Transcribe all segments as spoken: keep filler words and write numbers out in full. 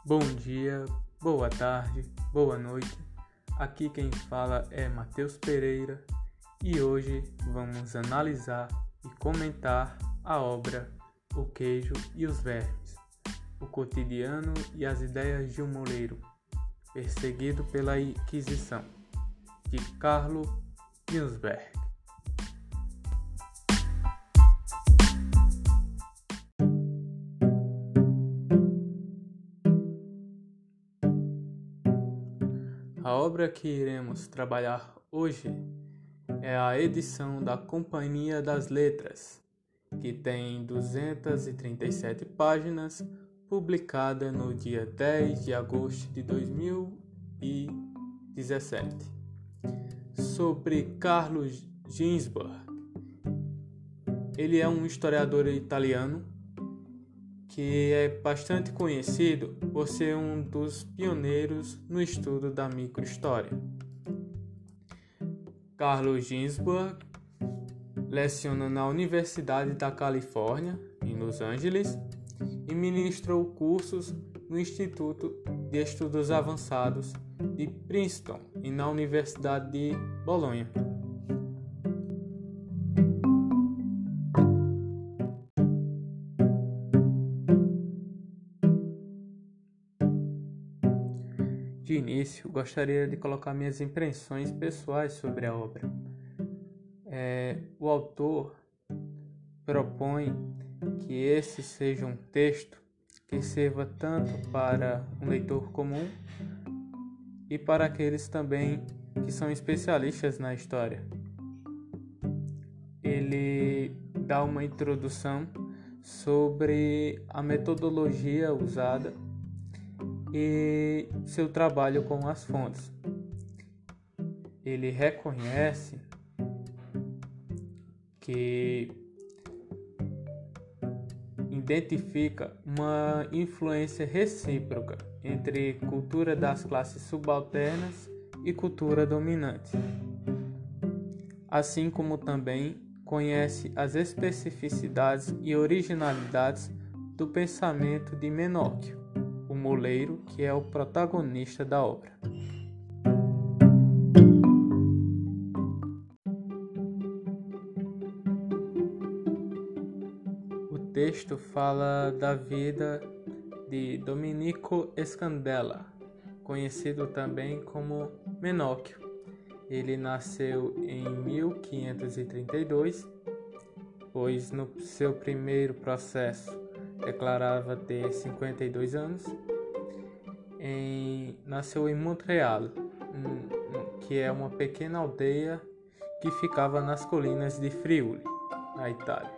Bom dia, boa tarde, boa noite. Aqui quem fala é Matheus Pereira e hoje vamos analisar e comentar a obra O Queijo e os Vermes, o cotidiano e as ideias de um moleiro, perseguido pela Inquisição, de Carlo Ginzburg. A obra que iremos trabalhar hoje é a edição da Companhia das Letras, que tem duzentas e trinta e sete páginas, publicada no dia dez de agosto de dois mil e dezessete. Sobre Carlo Ginzburg. Ele é um historiador italiano que é bastante conhecido por ser um dos pioneiros no estudo da microhistória. Carlo Ginzburg leciona na Universidade da Califórnia, em Los Angeles, e ministrou cursos no Instituto de Estudos Avançados de Princeton e na Universidade de Bolonha. De início, gostaria de colocar minhas impressões pessoais sobre a obra. É, o autor propõe que esse seja um texto que sirva tanto para um leitor comum e para aqueles também que são especialistas na história. Ele dá uma introdução sobre a metodologia usada e seu trabalho com as fontes. Ele reconhece que identifica uma influência recíproca entre cultura das classes subalternas e cultura dominante, assim como também conhece as especificidades e originalidades do pensamento de Menóquio, o moleiro que é o protagonista da obra. O texto fala da vida de Domenico Scandella, conhecido também como Menóquio. Ele nasceu em mil quinhentos e trinta e dois, pois no seu primeiro processo declarava ter cinquenta e dois anos. Em, nasceu em Montreal, um, que é uma pequena aldeia que ficava nas colinas de Friuli, na Itália.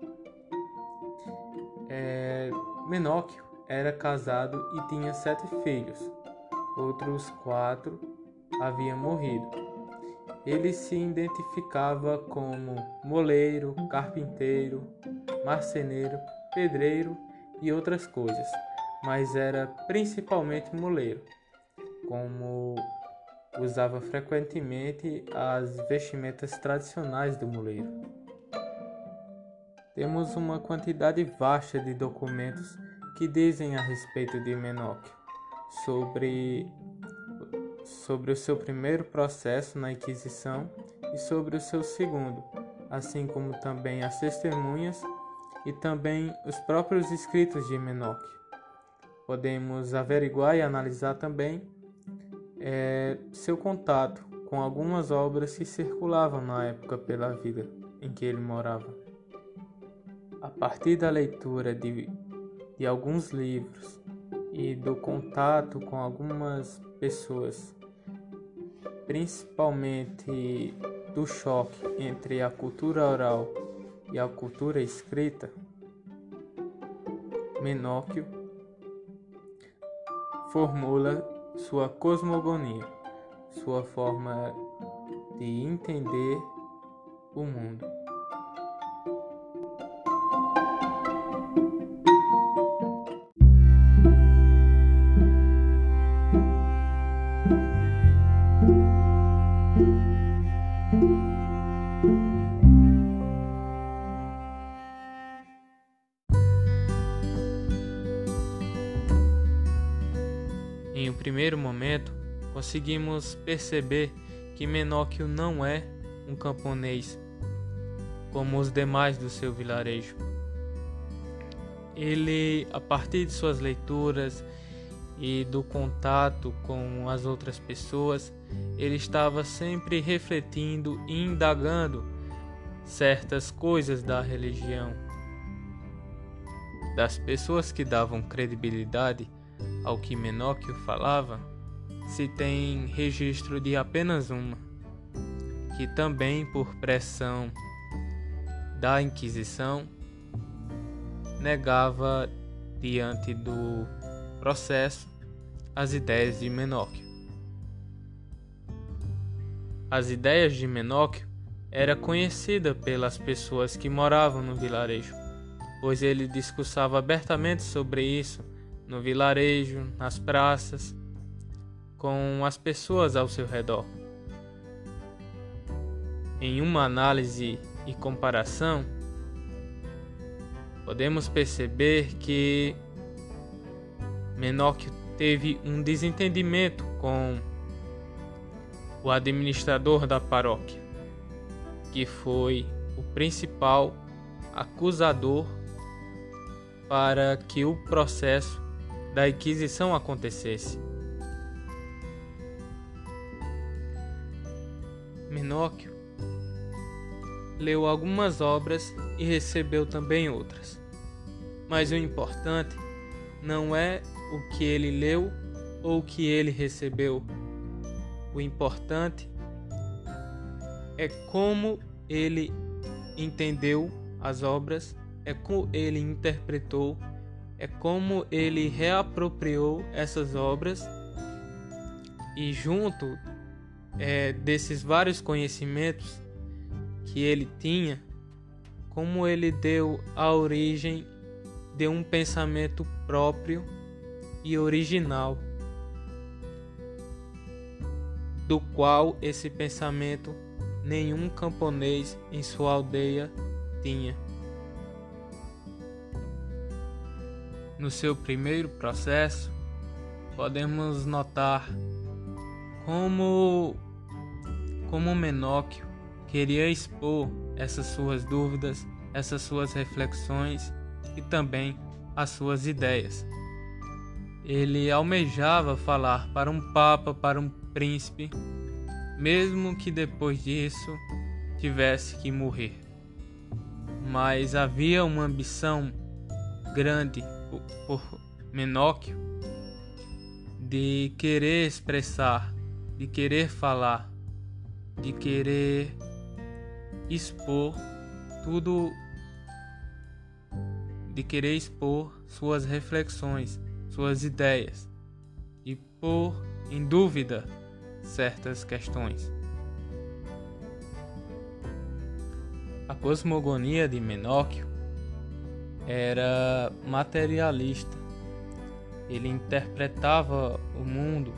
É, Menóquio era casado e tinha sete filhos. Outros quatro haviam morrido. Ele se identificava como moleiro, carpinteiro, marceneiro, pedreiro e outras coisas, mas era principalmente moleiro, como usava frequentemente as vestimentas tradicionais do moleiro. Temos uma quantidade vasta de documentos que dizem a respeito de Menóquio, sobre, sobre o seu primeiro processo na Inquisição e sobre o seu segundo, assim como também as testemunhas e também os próprios escritos de Menóquio. Podemos averiguar e analisar também é, seu contato com algumas obras que circulavam na época pela vila em que ele morava. A partir da leitura de, de alguns livros e do contato com algumas pessoas, principalmente do choque entre a cultura oral e a cultura escrita, Menóquio formula sua cosmogonia, sua forma de entender o mundo. primeiro momento, conseguimos perceber que Menóquio não é um camponês como os demais do seu vilarejo. Ele, a partir de suas leituras e do contato com as outras pessoas, ele estava sempre refletindo e indagando certas coisas da religião. Das pessoas que davam credibilidade ao que Menóquio falava, se tem registro de apenas uma, que também por pressão da Inquisição negava diante do processo as ideias de Menóquio. As ideias de Menóquio eram conhecidas pelas pessoas que moravam no vilarejo, pois ele discursava abertamente sobre isso no vilarejo, nas praças, com as pessoas ao seu redor. Em uma análise e comparação, podemos perceber que Menóquio teve um desentendimento com o administrador da paróquia, que foi o principal acusador para que o processo da Inquisição acontecesse. Menóquio leu algumas obras e recebeu também outras, mas o importante não é o que ele leu ou o que ele recebeu. O importante é como ele entendeu as obras, é como ele interpretou, é como ele reapropriou essas obras e junto é, desses vários conhecimentos que ele tinha, como ele deu a origem de um pensamento próprio e original, do qual esse pensamento nenhum camponês em sua aldeia tinha. No seu primeiro processo, podemos notar como, como Menóquio queria expor essas suas dúvidas, essas suas reflexões e também as suas ideias. Ele almejava falar para um papa, para um príncipe, mesmo que depois disso tivesse que morrer. Mas havia uma ambição grande por Menóquio de querer expressar, de querer falar, de querer expor tudo, de querer expor suas reflexões, suas ideias e pôr em dúvida certas questões. A cosmogonia de Menóquio era materialista. Ele interpretava o mundo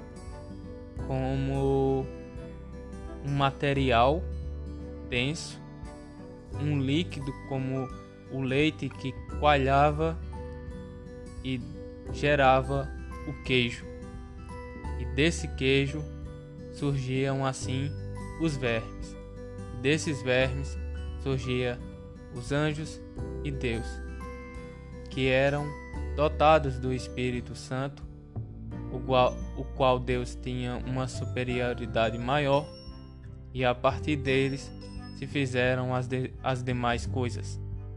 como um material denso, um líquido como o leite que coalhava e gerava o queijo. E desse queijo surgiam assim os vermes. E desses vermes surgia os anjos e Deus, que eram dotados do Espírito Santo, o qual, o qual Deus tinha uma superioridade maior, e a partir deles se fizeram as, de, as demais coisas.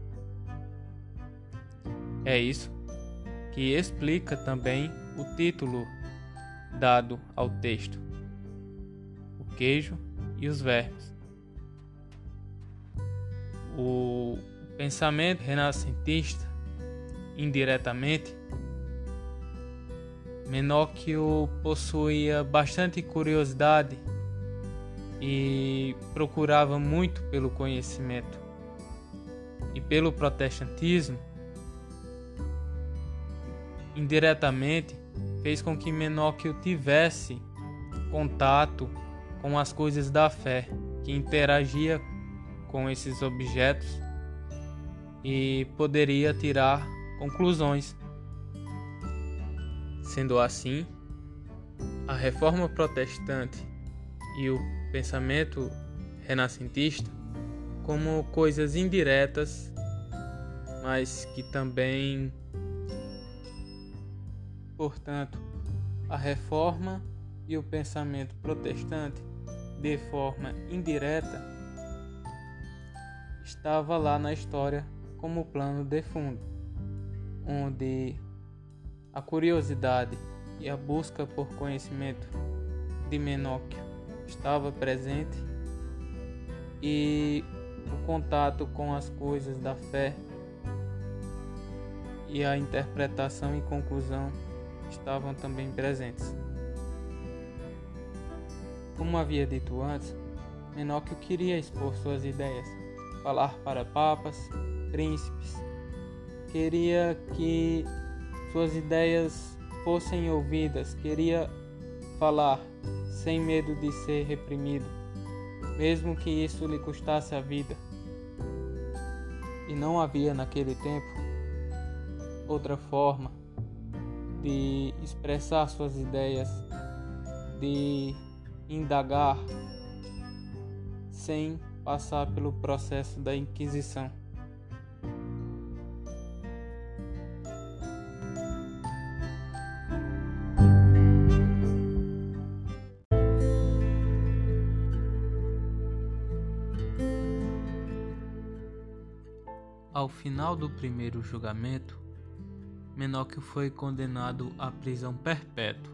É isso que explica também o título dado ao texto: o queijo e os vermes. O pensamento renascentista, indiretamente, Menóquio possuía bastante curiosidade e procurava muito pelo conhecimento. E pelo protestantismo, indiretamente, fez com que Menóquio tivesse contato com as coisas da fé, que interagia com esses objetos e poderia tirar conclusões. Sendo assim, a reforma protestante e o pensamento renascentista como coisas indiretas, mas que também, portanto, a reforma e o pensamento protestante, de forma indireta, estava lá na história como plano de fundo, onde a curiosidade e a busca por conhecimento de Menóquio estava presente e o contato com as coisas da fé e a interpretação e conclusão estavam também presentes. Como havia dito antes, Menóquio queria expor suas ideias, falar para papas, príncipes, queria que suas ideias fossem ouvidas, queria falar sem medo de ser reprimido, mesmo que isso lhe custasse a vida. E não havia naquele tempo outra forma de expressar suas ideias, de indagar sem passar pelo processo da Inquisição. Ao final do primeiro julgamento, Menóquio foi condenado à prisão perpétua,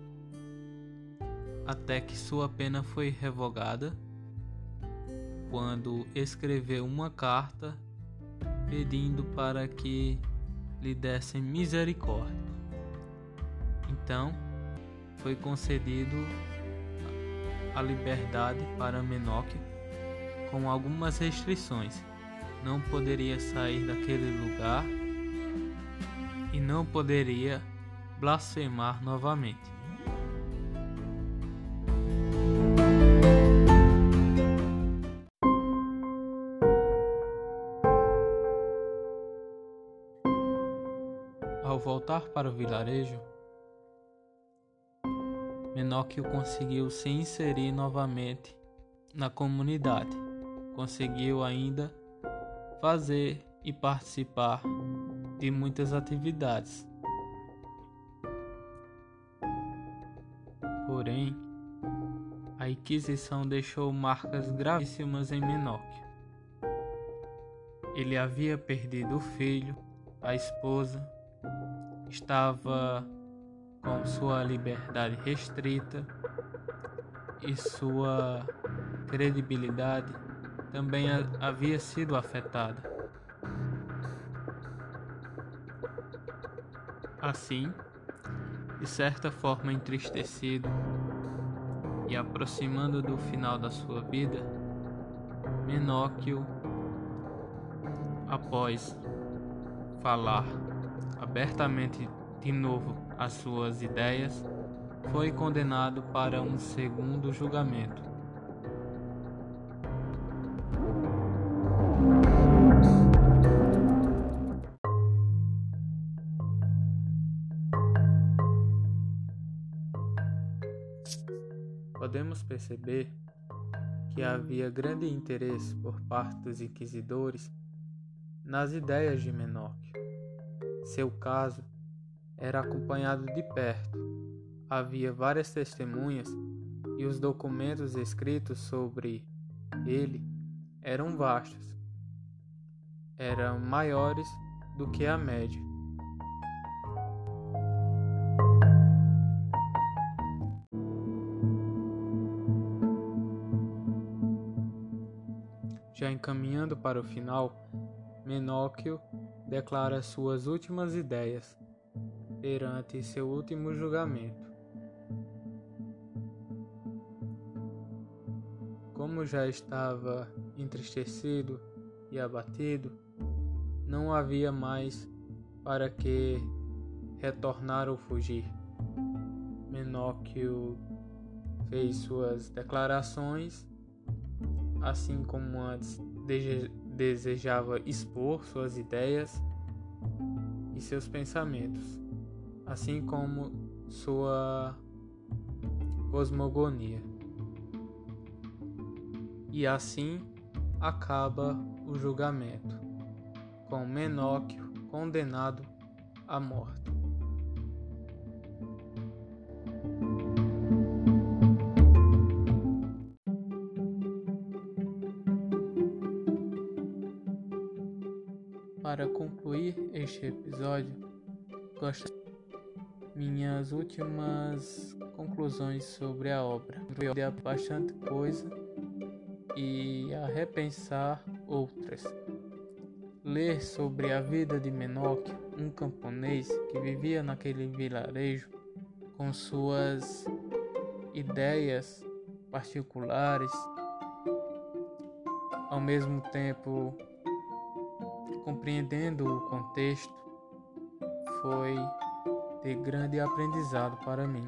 até que sua pena foi revogada quando escreveu uma carta pedindo para que lhe dessem misericórdia. Então, foi concedido a liberdade para Menóquio com algumas restrições. Não poderia sair daquele lugar e não poderia blasfemar novamente. Ao voltar para o vilarejo, Menóquio conseguiu se inserir novamente na comunidade. Conseguiu ainda fazer e participar de muitas atividades. Porém, a Inquisição deixou marcas gravíssimas em Menóquio. Ele havia perdido o filho, a esposa, estava com sua liberdade restrita e sua credibilidade também havia sido afetada. Assim, de certa forma entristecido e aproximando do final da sua vida, Menóquio, após falar abertamente de novo as suas ideias, foi condenado para um segundo julgamento. Podemos perceber que havia grande interesse por parte dos inquisidores nas ideias de Menóquio. Seu caso era acompanhado de perto. Havia várias testemunhas e os documentos escritos sobre ele eram vastos. Eram maiores do que a média. Já encaminhando para o final, Menóquio declara suas últimas ideias perante seu último julgamento. Como já estava entristecido e abatido, não havia mais para que retornar ou fugir. Menóquio fez suas declarações, assim como antes desejava expor suas ideias e seus pensamentos, assim como sua cosmogonia. E assim acaba o julgamento, com Menóquio condenado à morte. Para concluir este episódio, gostaria de minhas últimas conclusões sobre a obra. Há bastante coisa e a repensar outras. Ler sobre a vida de Menóquio, um camponês que vivia naquele vilarejo com suas ideias particulares, ao mesmo tempo compreendendo o contexto, foi de grande aprendizado para mim.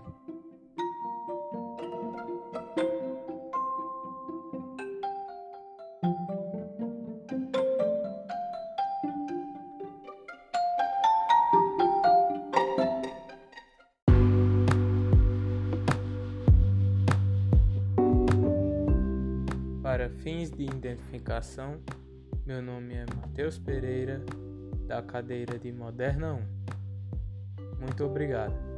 Para fins de identificação, meu nome é Matheus Pereira, da cadeira de Moderna um. Muito obrigado.